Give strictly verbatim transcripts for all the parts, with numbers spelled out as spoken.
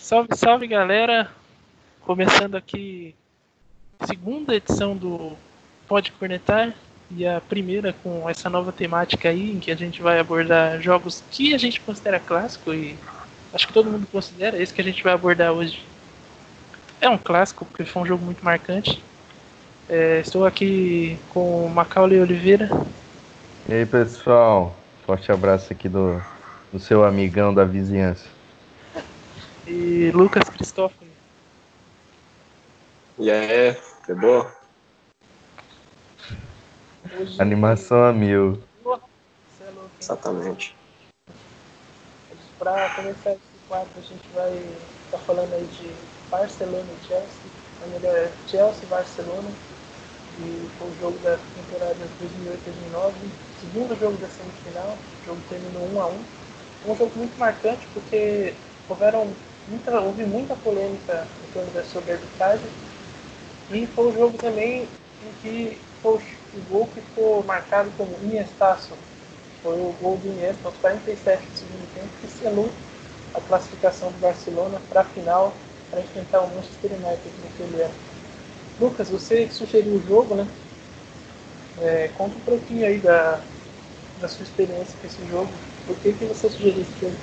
Salve, salve galera! Começando aqui a segunda edição do Pode Cornetar e a primeira com essa nova temática aí, em que a gente vai abordar jogos que a gente considera clássico e acho que todo mundo considera. Esse que a gente vai abordar hoje é um clássico, porque foi um jogo muito marcante. É, estou aqui com o Macaulay Oliveira. E aí, pessoal? Forte abraço aqui do, do seu amigão da vizinhança. E Lucas Cristófalo. E aí, tá bom? Hoje... Animação a mil. Exatamente. Para começar esse quadro, a gente vai estar tá falando aí de Barcelona e Chelsea. A melhor Chelsea e Barcelona. E foi o jogo da temporada dois mil e oito dois mil e nove. Segundo jogo da semifinal. O jogo terminou um a um. Foi um jogo muito marcante porque houveram muita, houve muita polêmica em torno da sua arbitragem. E foi um jogo também em que foi o gol que ficou marcado como Iniestaço. Foi o gol do Iniesta aos quarenta e sete do segundo tempo que selou a classificação do Barcelona para a final para enfrentar o Manchester United naquele ano. Lucas, você que sugeriu o jogo, né? É, conta um pouquinho aí da, da sua experiência com esse jogo. Por que, que você sugeriu esse jogo?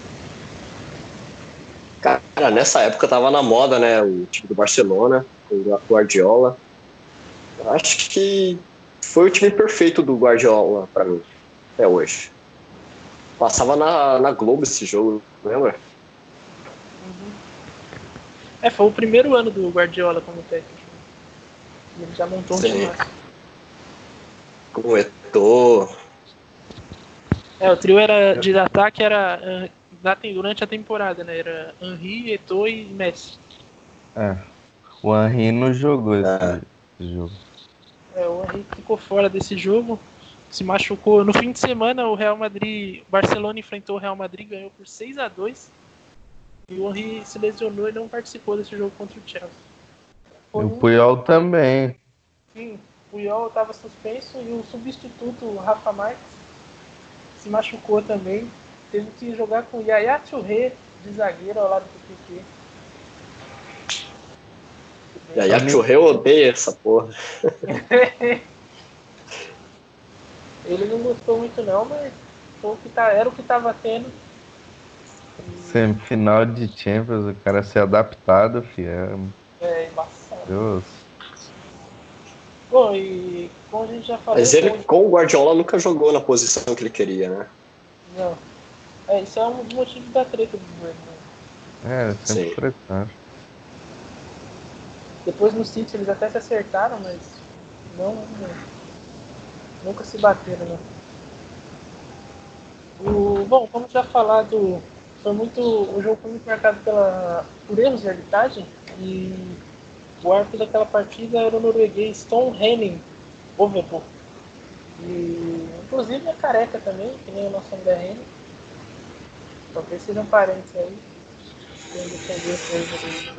Cara, nessa época tava na moda, né? O time do Barcelona, com o Guardiola. Eu acho que foi o time perfeito do Guardiola para mim, até hoje. Passava na, na Globo esse jogo, lembra? Uhum. É, foi o primeiro ano do Guardiola como técnico. Ele já montou um time. Com o Eto'o. É, o trio era de ataque era durante a temporada, né? Era Henry, Eto'o e Messi. É, o Henry não jogou esse, É. esse jogo. É, o Henry ficou fora desse jogo, se machucou. No fim de semana, o Real Madrid, o Barcelona enfrentou o Real Madrid, ganhou por seis a dois. E o Henry se lesionou e não participou desse jogo contra o Chelsea. Foi e o Puyol também. Sim, o Puyol estava suspenso e o substituto, o Rafa Marques, se machucou também. Teve que jogar com o Yaya Touré de zagueiro ao lado do Piqué. Yaya Touré, eu odeio essa porra. Ele não gostou muito não, mas foi o que tá, era o que estava tendo. Semifinal de Champions, o cara ser adaptado, filho. É, é embaçado. Deus. Bom, e como a gente já falou... Mas ele, com o Guardiola, nunca jogou na posição que ele queria, né? Não. É, isso é um dos motivos da treta do governo. É, sempre estressante. Depois no City eles até se acertaram, mas não, não nunca se bateram, né? O, bom, vamos já falar do... Foi muito, o jogo foi muito marcado pela, por erros de arbitragem e o árbitro daquela partida era o norueguês Tom Henning Overbo. E inclusive é careca também, que nem o nosso André Henning. Talvez sejam parentes aí. Tem descendência aí.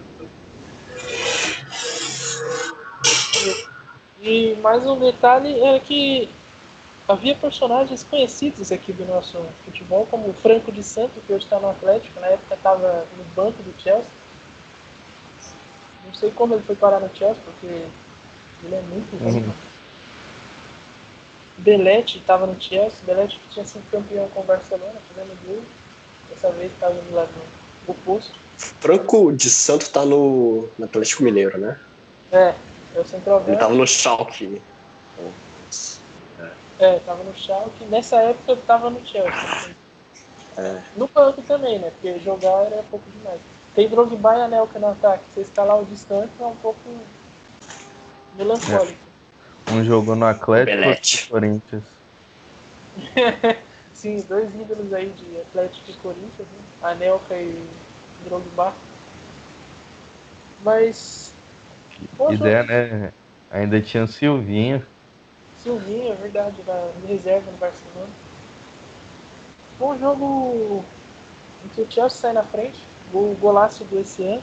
E mais um detalhe é que havia personagens conhecidos aqui do nosso futebol, como o Franco de Santo, que hoje está no Atlético, na época estava no banco do Chelsea. Não sei como ele foi parar no Chelsea, porque ele é muito ruim. Uhum. Belete estava no Chelsea, Belete que tinha sido campeão com o Barcelona, fazendo gol. Dessa vez estava indo lá no oposto. Franco de Santo tá no, no Atlético Mineiro, né? É, é o centroavante. Ele tava no Schalke. É, tava no Schalke. Nessa época eu tava no Chelsea. É. No banco também, né? Porque jogar era pouco demais. Tem Drogba e Anelka no ataque. Você escalar o distante é um pouco melancólico. É. Um jogou no Atlético e no Corinthians. Sim, dois ídolos aí de Atlético e Corinthians, né? Anelka e Drogba. Mas... Que ideia, né? Ainda tinha o Silvinho. Silvinho, é verdade, na reserva no Barcelona. Foi um jogo em que o Chelsea sai na frente, o golaço do esse ano.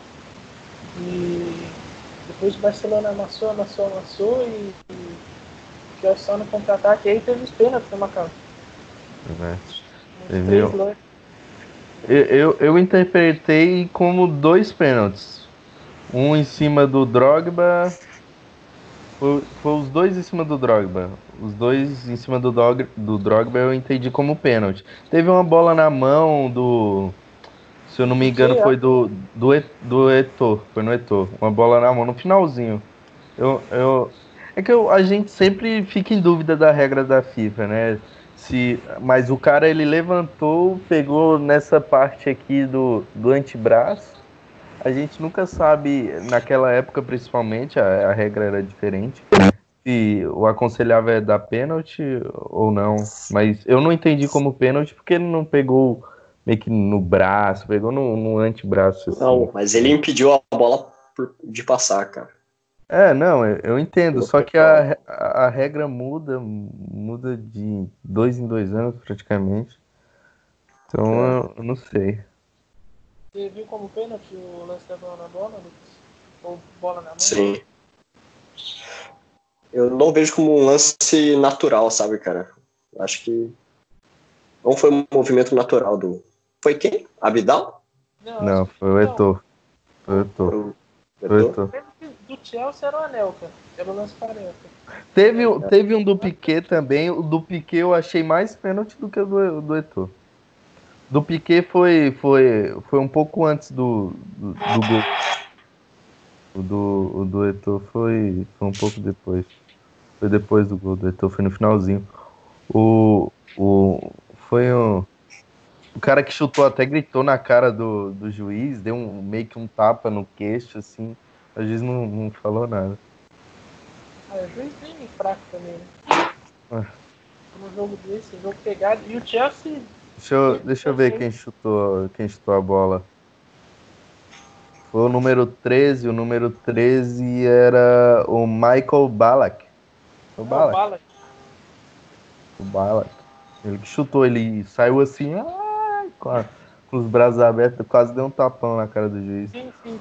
E depois o Barcelona amassou, amassou, amassou e, e o Chelsea só no contra-ataque. E aí teve os pênaltis, né, Macau? É. Teve, Eu, eu, eu interpretei como dois pênaltis. Um em cima do Drogba. Foi, foi os dois em cima do Drogba. Os dois em cima do, Dog, do Drogba eu entendi como pênalti. Teve uma bola na mão do. Se eu não me Do engano, que? foi do, do, E- do Eto'o. Foi no Eto'o. Uma bola na mão, no finalzinho. Eu, eu, é que eu- a gente sempre fica em dúvida da regra da FIFA, né? Se, mas o cara ele levantou, pegou nessa parte aqui do, do antebraço. A gente nunca sabe, naquela época principalmente, a, a regra era diferente. Se o aconselhável é dar pênalti ou não. Mas eu não entendi como pênalti porque ele não pegou meio que no braço, pegou no, no antebraço, assim. Não, mas ele impediu a bola por- de passar, cara. É, não, eu, eu entendo, Pelo só que que a, fala. re- a, a regra muda, muda de dois em dois anos praticamente. Então É. eu, eu não sei. Você viu como pênalti o lance da bola na bola, Lucas? Ou bola na mão? Sim. Eu não vejo como um lance natural, sabe, cara? Acho que não foi um movimento natural do. Foi quem? Abidal? Não, acho Não, que foi o não. Eto'o. Foi o Foi Eto'o. o Foi o vetor? Eto'o. Lembro que do Chelsea era o Anelka. Era o lance para Anelka. Teve, teve um do Piquet também. O do Piquet eu achei mais pênalti do que o do, do Eto'o. Do Piquet foi, foi, foi um pouco antes do, do, do gol. O do, o do Eto'o foi, foi um pouco depois. Foi depois do gol do Eto'o, foi no finalzinho. O, o, foi o, o cara que chutou até gritou na cara do, do juiz, deu um, meio que um tapa no queixo, assim. O juiz não, não falou nada. Ah, o juiz bem fraco também, né? Ah, Num jogo desse, um jogo pegado. E o Chelsea Deixa eu, teve deixa eu ver também. quem chutou, quem chutou a bola. Foi o número treze, o número treze era o Michael Ballack. O Ah, o Ballack, Bala. o Ballack. Ele que chutou, ele saiu assim, ai, com, a- com os braços abertos, quase deu um tapão na cara do juiz. Sim, sim.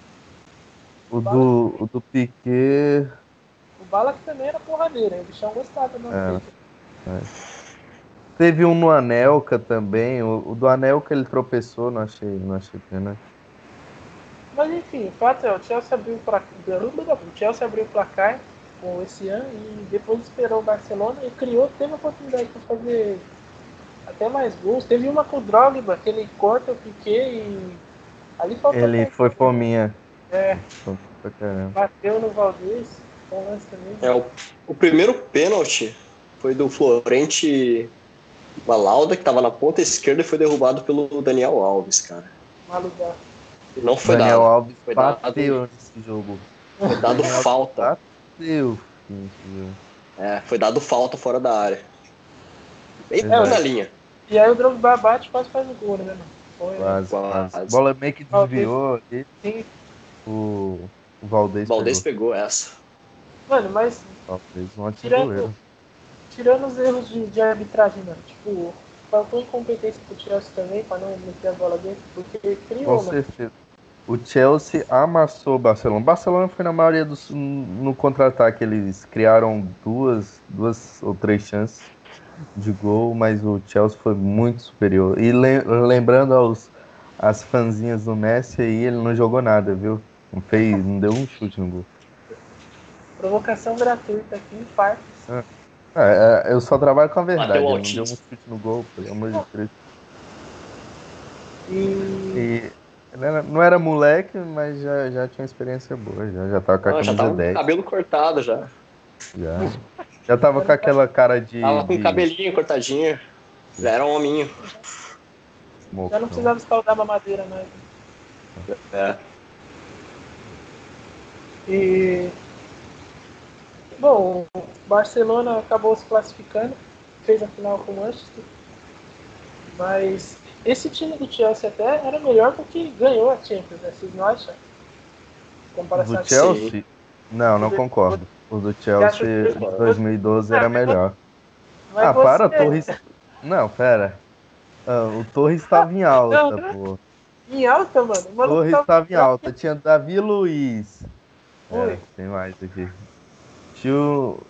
O O Bala, do, o do Piquet, o Bala que também era porradeiro, hein? O bichão gostava do é, peito. é. Teve um no Anelka também. O, o do Anelka ele tropeçou, não achei, não achei pênalti. Mas enfim, o fato é, o Chelsea abriu o placar, o Chelsea abriu o placar com esse ano e depois esperou o Barcelona e criou, teve a oportunidade para fazer até mais gols. Teve uma com o Drogba, que ele corta o Piquet e ali faltou Ele até. foi fominha. É, Fominha pra caramba. bateu no Valdez, com um lance também. É, o, o primeiro pênalti foi do Florente Balauda, que estava na ponta esquerda e foi derrubado pelo Daniel Alves, cara. Maludar. E não foi Daniel dado. Alves Foi dado, bateu nesse jogo. foi dado Daniel Alves falta. bateu nesse jogo. É, foi dado falta fora da área. Bem Verdade. na linha. E aí o Drogba bate e quase faz o gol, né, mano? Foi, Quase, Quase. quase. Bola meio que Valdez, desviou ali. sim. O, o O Valdez Valdez pegou. pegou essa. Mano, mas Valdez, um ótimo tirando, goleiro. tirando os erros de, de arbitragem, mano, tipo, faltou incompetência pro Chelsea também, pra não meter a bola dentro, porque Com criou, mano. certeza. O Chelsea amassou o Barcelona. O Barcelona foi na maioria dos. No contra-ataque, eles criaram duas, duas ou três chances de gol, mas o Chelsea foi muito superior. E lem- lembrando aos as fãzinhas do Messi aí, ele não jogou nada, viu? Não fez, não deu um chute no gol. Provocação gratuita aqui, infarto. Ah, é, é, eu só trabalho com a Bateu verdade. o Ele não deu um autismo. chute no gol, pelo amor de Deus. E. E ele era- não era moleque, mas já, já tinha experiência boa, já, já tava com a Ah, já camisa tava com o dez. cabelo cortado já. Já, já tava com aquela cara de, Tava com o de cabelinho cortadinho. Já era um hominho. Já não mocão. precisava escaldar a mamadeira mais. É. E. Bom, o Barcelona acabou se classificando, fez a final com o Manchester, mas esse time do Chelsea até era melhor do que ganhou a Champions, né? Vocês não acham? O Comparação do a- Chelsea? Não, não O do- concordo. O do Você acha Chelsea que- de dois mil e doze era Ah, mas- melhor. Mas Ah, você... para, Torres. Não, pera. Ah, o Torres estava em alta, Não, pô. em alta, mano. O maluco Torres tava estava em alta. Tinha Davi Luiz. Oi. Pera, tem mais aqui. Tinha o.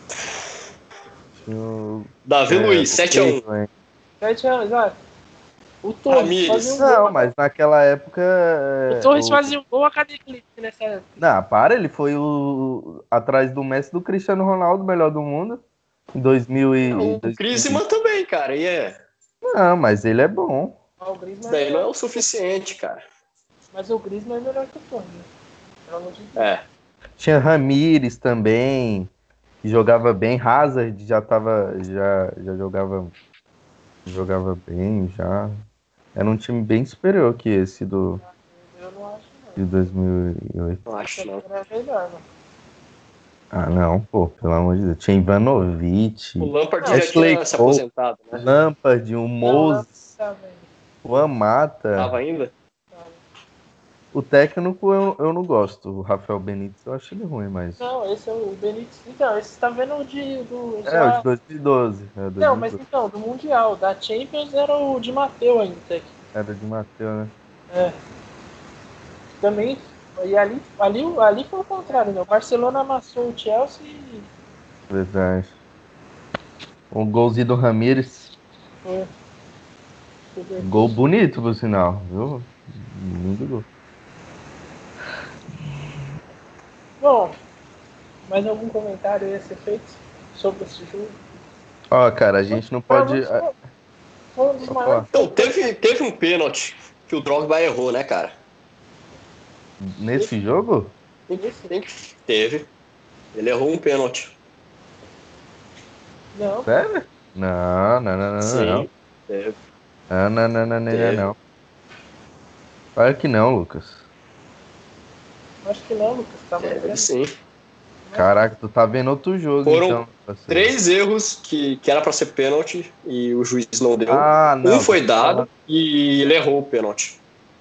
Tinha o. Davi é, Luiz, o sete a um. Keighley. Sete anos, exato. O Torres Ramires. fazia um Não, gol. mas naquela época. O Torres o- fazia um gol a cada clipe nessa época. Não, para, ele foi o atrás do Messi do Cristiano Ronaldo, melhor do mundo. Em dois mil e... O dois mil e- Griezmann também, cara. E é. Não, mas ele é bom. Ah, o Isso Griezmann daí é não é melhor. o suficiente, cara. Mas o Griezmann é melhor que o Torres. Né? Pelo amor de Deus. É. Tinha Ramires também, que jogava bem. Hazard já tava, já, já jogava, jogava bem, já. Era um time bem superior que esse do Eu não acho, de não. dois mil e oito. Não acho, não. Era melhor, mano. Ah, não, pô, pelo amor de Deus. Tinha Ivanovic, O Lampard Não, já Ashley tinha se Cole, aposentado, né? Lampard, o Não, não Moses, tá vendo. o Amata. Tava ainda? O técnico eu, eu não gosto. O Rafael Benítez eu acho ele ruim, mas. Não, esse é o Benítez. Então, esse tá vendo o de. Do, É, já... o de dois mil e doze. É, Não, mas dois mil e doze. então, do Mundial. Da Champions era o de Mateu ainda, técnico. Era de Matheus, né? É. Também. E ali, ali, ali foi o contrário, né? O Barcelona amassou o Chelsea e Verdade. O golzinho do Ramires. foi. foi Gol bonito, por sinal, viu? Lindo gol. Bom, mais algum comentário ia ser feito sobre esse jogo? Ó, cara, a gente não pode. Foi um- Foi um dos Opa. maiores. Então, teve, teve um pênalti que o Drogba errou, né, cara? Nesse jogo? Tem que, tem que, teve. Ele errou um pênalti. Não, Sério? Não, não, não, não, Sim, não. teve. Não, não, não, não, não, Teve. não. Claro que não, Lucas. acho que não, Lucas. Tava Teve vendo. sim. Caraca, tu tá vendo outro jogo, Foram então. parceiro. Três erros que, que era pra ser pênalti e o juiz não deu. Ah, não. um foi tô dado falando- e ele errou o pênalti.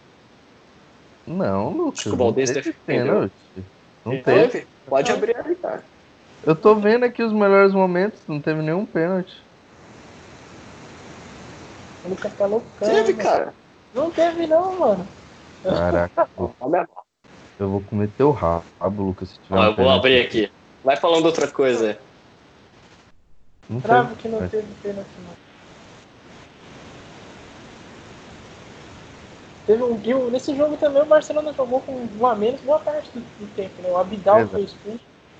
Não, Lucas. Acho que o Não Valdez teve defendeu. pênalti. Não teve. Teve. Pode abrir aí, cara. Eu tô vendo aqui os melhores momentos, não teve nenhum pênalti. O Lucas tá loucão. Teve, mano. cara. Não teve, não, mano. Caraca, pô, Ó, eu vou comer teu rabo, Lucas, se tiver um eu vou pênalti. abrir aqui. Vai falando outra coisa aí. Não Travo teve que não pênalti. teve pênalti, não. Teve um, e o- nesse jogo também o Barcelona jogou com um a menos boa parte do, do tempo, né? O Abidal Exato. foi expulso,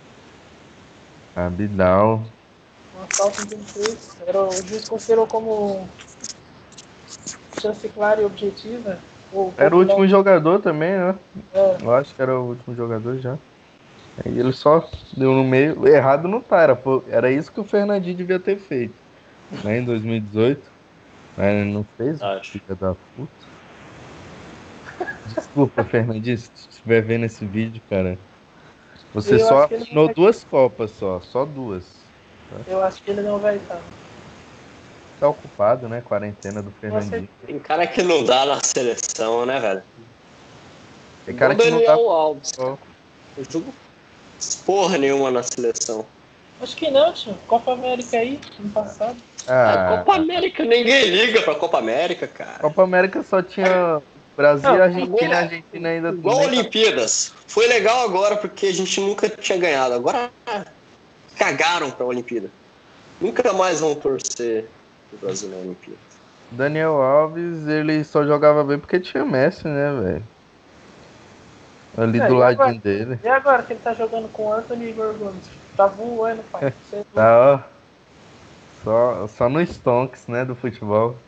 Abidal. uma falta em que ele fez. Era, o juiz considerou como chance clara e objetiva. O Era o último Abidal- jogador também, né? É, Eu acho que era o último jogador já. Aí ele só deu no meio. Errado não tá, era, pô, era isso que o Fernandinho devia ter feito. Né, em dois mil e dezoito. Mas ele não fez, Acho. filha da puta. Desculpa, Fernandinho, se tu estiver vendo esse vídeo, cara. Você Eu só acho que ele não assinou vai- duas Copas só, só duas. eu acho que ele não vai estar. Tá ocupado, né? Quarentena do Fernandinho. Tem cara que não dá na seleção, né, velho? Tem cara Igual que não Daniel dá. Alves. Ó. Não jogou porra nenhuma na seleção. Acho que não, tio. Copa América aí, ano passado. A Ah, Copa América, ninguém liga pra Copa América, cara. Copa América só tinha Brasil, Não, Argentina e igual- Argentina ainda. Igual nem- Olimpíadas. Foi legal agora porque a gente nunca tinha ganhado. Agora cagaram pra Olimpíada. Nunca mais vão torcer pro Brasil na Olimpíada. Daniel Alves, ele só jogava bem porque tinha Messi, né, velho? Ali É, do e ladinho agora? dele. E agora que ele tá jogando com o Anthony Igor Gomes? Tá voando, pai. Você é louco. Tá, ó. Só, só no Stonks, né, do futebol.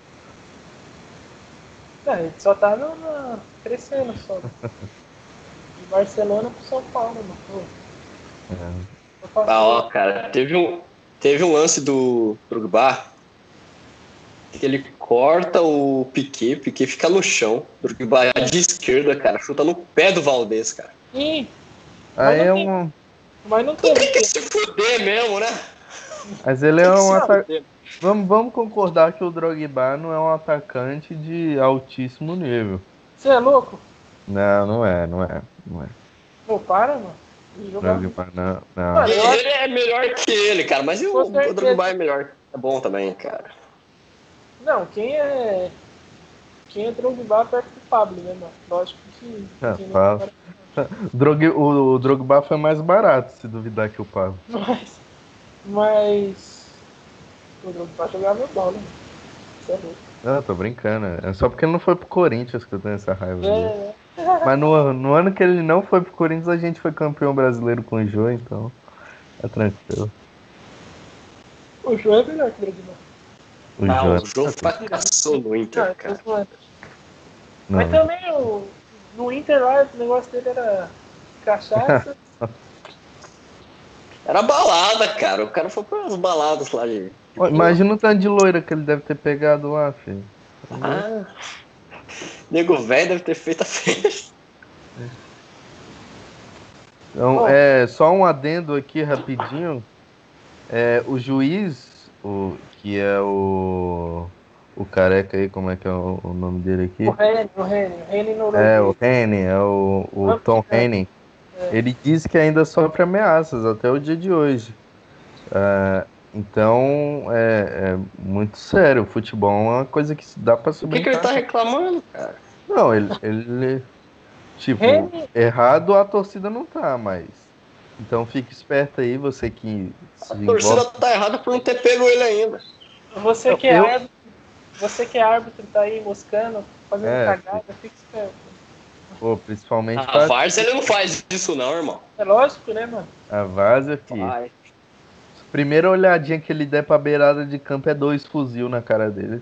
É, ele só tá no, na- crescendo só. De Barcelona pro São Paulo, mano. Pô. É. Eu faço- Ah, ó, cara, teve um, teve um lance do Drogba que ele corta o Piquet, Piquet fica no chão. Drogba de esquerda, cara, chuta no pé do Valdez, cara. Ih, Aí Mas é não tem- um. mas não Tem teve. que se fuder mesmo, né? Mas ele é Tem que um se atacante. fuder. Vamos, vamos concordar que o Drogba não é um atacante de altíssimo nível. Você é louco? Não, não é, não é. Não é. Pô, para, mano. Ele joga- Drogba, não, não. Mano, eu acho- Ele é melhor que ele, cara, mas o, Com certeza. o Drogba é melhor. É bom também, cara. Não, quem é. Quem é Drogba perto do Pablo, né, mano? Lógico que. Ah, que não- Pablo. Drog, o, o Drogba foi mais barato, se duvidar que o Pablo. Mas. Mas. O Drogba jogava bola, mano. Você é louco. Não, tô brincando. É só porque ele não foi pro Corinthians que eu tenho essa raiva dele. É, Mas no, no ano que ele não foi pro Corinthians, a gente foi campeão brasileiro com o Jô, então tá tranquilo. o João é melhor que o Dragão. O Ah, Jô. o jogo fracassou no Inter, Não, cara. tô zoando. Não. Mas também o, no Inter lá, o negócio dele era cachaça. Era balada, cara. O cara foi para as baladas lá de. Ó, imagina o tanto de loira que ele deve ter pegado lá, filho. Ah, nego velho deve ter feito a festa. Então, Bom. é, só um adendo aqui rapidinho. É, o juiz, o, que é o, o careca aí, como é que é o, o nome dele aqui? O Reni, o Reni, o Reni É, o norueguês. Henning, é o, o Vamos Tom ficar. Henning. É. Ele diz que ainda sofre ameaças até o dia de hoje. É, então, é, é muito sério. O futebol é uma coisa que dá pra O que, que ele tá subentrar. reclamando, cara? Não, ele, ele, tipo, Reni, errado a torcida não tá, mas. Então fique esperto aí, você que se A torcida envolve. tá errada por não ter pego ele ainda. você que é Eu- árbitro, você que é árbitro, tá aí moscando, fazendo É, cagada, fica esperto. Pô, principalmente A pra Várzea ele não faz isso, não, irmão. É lógico, né, mano? a Várzea, fi. Vai. Primeira olhadinha que ele der pra beirada de campo é dois fuzil na cara dele.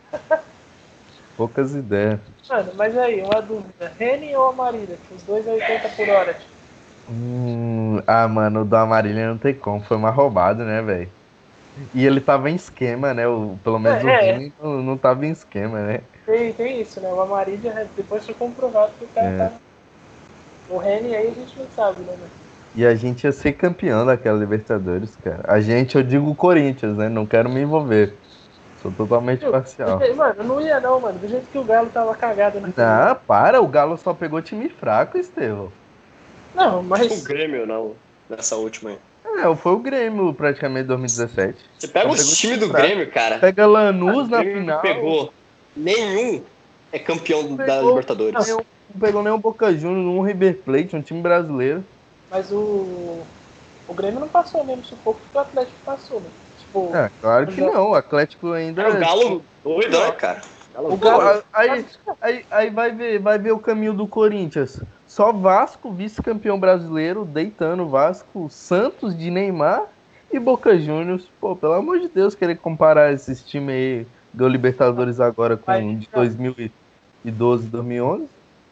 Poucas ideias. Mano, mas aí, uma dúvida. Reni ou Amarília? Os dois a oitenta por hora. Hum, ah, mano, o do Amarília não tem como. Foi uma roubada, né, velho? E ele tava em esquema, né? O, pelo menos o É, é. Reni não, não tava em esquema, né? Tem, tem isso, né? O Amarília, depois foi comprovado que o cara É. tá... O Reni aí a gente não sabe, né, mano? E a gente ia ser campeão daquela Libertadores, cara. A gente, eu digo o Corinthians, né? Não quero me envolver. Sou totalmente parcial. Mano, não ia não, mano. Do jeito que o Galo tava cagado na Não, para, o Galo só pegou time fraco, Estevão. Não, O mas... Grêmio, não. Nessa última aí. É, foi o Grêmio praticamente em dois mil e dezessete. Você pega Só os pegou times do fraco. Grêmio, cara. Pega Lanús O na Grêmio final. pegou. Nenhum é campeão da Pegou- Libertadores. Não, não pegou nem um Boca Juniors, um River Plate, um time brasileiro. Mas o... O Grêmio não passou mesmo sufoco que o Atlético passou, né? Tipo... É, claro que não. O Atlético ainda. Era o Galo doido, né, cara? Galo O Pô, Galo- doido. aí, aí, aí vai ver, vai ver o caminho do Corinthians. Só Vasco, vice-campeão brasileiro, deitando o Vasco, Santos de Neymar e Boca Juniors. Pô, pelo amor de Deus, querer comparar esses times aí do Libertadores agora com Vai, de dois mil e doze, dois mil e onze.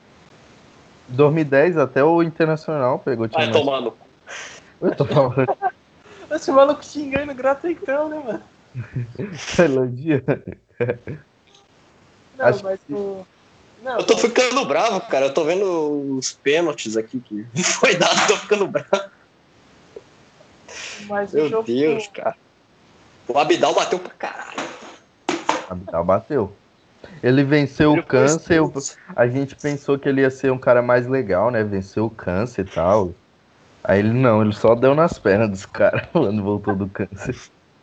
dois mil e dez até o Internacional pegou time Vai mais- tomar no. Eu tô falando Esse maluco xingando gratuitão, né, mano? Tailândia. Não, Acho mas o... Não, Eu tô mas- ficando bravo, cara. Eu tô vendo os pênaltis aqui que foi dado, tô ficando bravo. mas o Meu jogo... Deus, cara. O Abidal bateu pra caralho. Abidal bateu. Ele venceu o Ele foi câncer. o- expulso. A gente pensou que ele ia ser um cara mais legal, né? Venceu o câncer e tal. Aí ele não, ele só deu nas pernas dos caras quando voltou do câncer.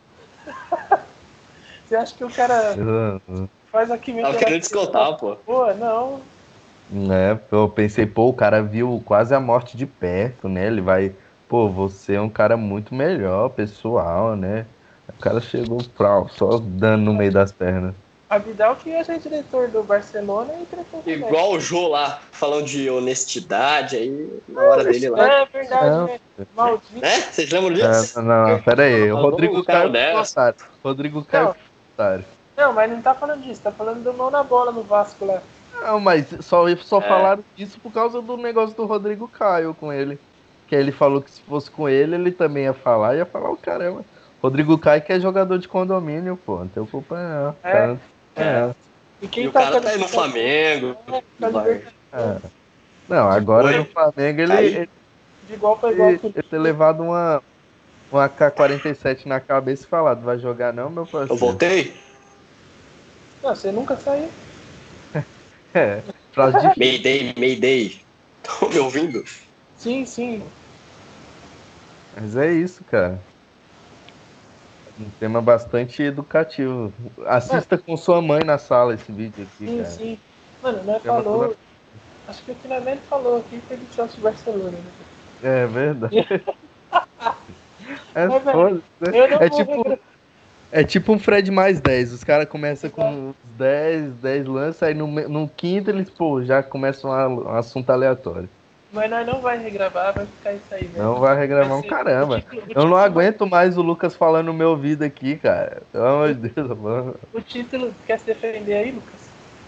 Você acha que o cara faz a Tava quimioterapia? querendo descontar, pô. Pô, não. Né? Eu pensei, pô, o cara viu quase a morte de perto, né? Ele vai, pô, você é um cara muito melhor, pessoal, né? O cara chegou pra, só dando no meio das pernas. A Vidal que ia ser diretor do Barcelona e tretou com o Igual o Jô lá, falando de honestidade aí, na hora dele Messi. lá. É verdade, Não. né? Maldito. Né? Vocês lembram disso? É, não, não, pera aí. O Falou Rodrigo um cara Caio foi dessa. otário. Rodrigo Caio Não. foi otário. Não, mas não tá falando disso, tá falando do mão na bola no Vasco lá. Não, mas só, só É. falaram disso por causa do negócio do Rodrigo Caio com ele. Que ele falou que se fosse com ele, ele também ia falar, ia falar o caramba. Rodrigo Caio que é jogador de condomínio, pô. Não tem culpa não. É. Cara, É. é. E quem E o tá cara tá aí no qualificado- Flamengo. É, tá Vai. libertadores. É. Não, agora Oi? no Flamengo ele, Aí. ele, De igual pra igual. ele, ele ter levado uma, uma K quarenta e sete na cabeça e falado, vai jogar não, meu parceiro? Eu voltei? Não, você nunca saiu. É, frase difícil. Mayday, Mayday. Estão me ouvindo? Sim, sim. Mas é isso, cara. Um tema bastante educativo. Assista com sua mãe na sala esse vídeo aqui, Sim, cara. sim. Mano, nós Tema falou. toda- Acho que o finalmente falou aqui que ele Chelsea e Barcelona, né? É verdade. É Mas, velho, foda, né? Eu não É vou tipo, regra- É tipo um Fred mais dez. Os caras começam com uns dez, dez lances, aí no, me- no quinto eles, pô, já começam a- um assunto aleatório. Mas nós não vai regravar, vai ficar isso aí mesmo. Não vai Vai regravar um ser, o caramba. título, o Eu não título vai- aguento mais o Lucas falando no meu ouvido aqui, cara. Pelo amor de Deus, mano. o título, quer se defender aí, Lucas?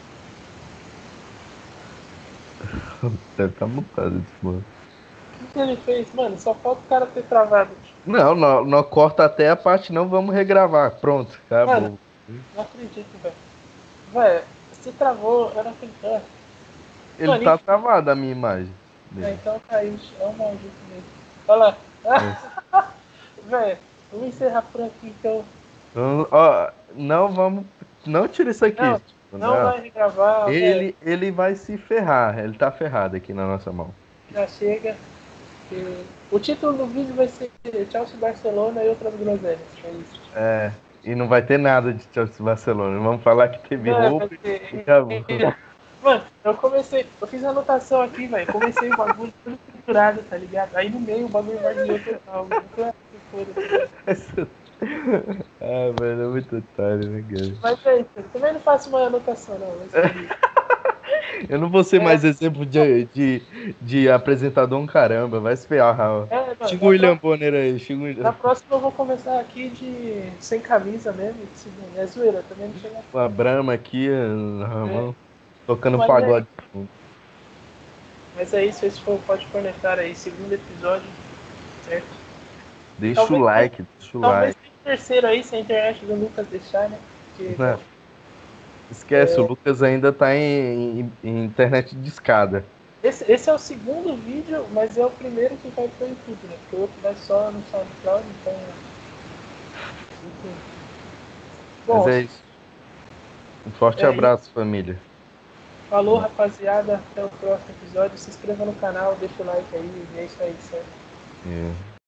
Deve estar mutado esse mano. O que que ele fez? Mano, só falta o cara ter travado. Não, não, não corta até a parte, não vamos regravar. Pronto, Mano, acabou. não acredito, velho. Velho, você travou, eu não acredito. Ele Mano, tá enfim. travado a minha imagem. É, dele. então caiu, é um maldito mesmo. Olha É. lá. Velho, vamos encerrar por aqui então. Então, ó, não vamos. Não tira isso aqui. Não, Tipo, não não. vai regravar, velho. Ele, ele vai se ferrar. Ele tá ferrado aqui na nossa mão. Já chega. E o título do vídeo vai ser Chelsea Barcelona e outras groselhas. É isso. É. E não vai ter nada de Chelsea e Barcelona. Vamos falar que teve Não, roubo vai e ser- acabou. Mano, eu comecei, eu fiz a anotação aqui, velho. Comecei o bagulho tudo estruturado, tá ligado? Aí no meio o bagulho variou total, mano. Foi assim, foda-se. Ah, mano, é muito otário, né, cara? Mas é isso, eu também não faço uma anotação, não. Mas é isso. Eu não vou ser É. mais exemplo de, de, de apresentador um caramba. Vai se ferrar, Raul. É, mano, Xinga na o William pró- Bonner aí, xinga o William. Na próxima eu vou começar aqui de sem camisa mesmo. de segundo. É zoeira, também não chega. Uma Brahma aqui, Ramon, tocando Mas pagode. Mas é isso, esse foi o Pode Cornetar aí, segundo episódio, certo? Deixa Talvez- o like, deixa o Talvez like. tenha um terceiro aí, se a internet do Lucas deixar, né? Porque, Né? Esquece, É. o Lucas ainda tá em, em- em internet de escada. Esse, esse é o segundo vídeo, mas é o primeiro que vai pro YouTube, né? Porque o outro vai só no SoundCloud, então. Enfim. Bom, Mas é isso. Um forte É abraço, família. falou, rapaziada. Até o próximo episódio. Se inscreva no canal, deixa o like aí. E é isso aí, certo? É.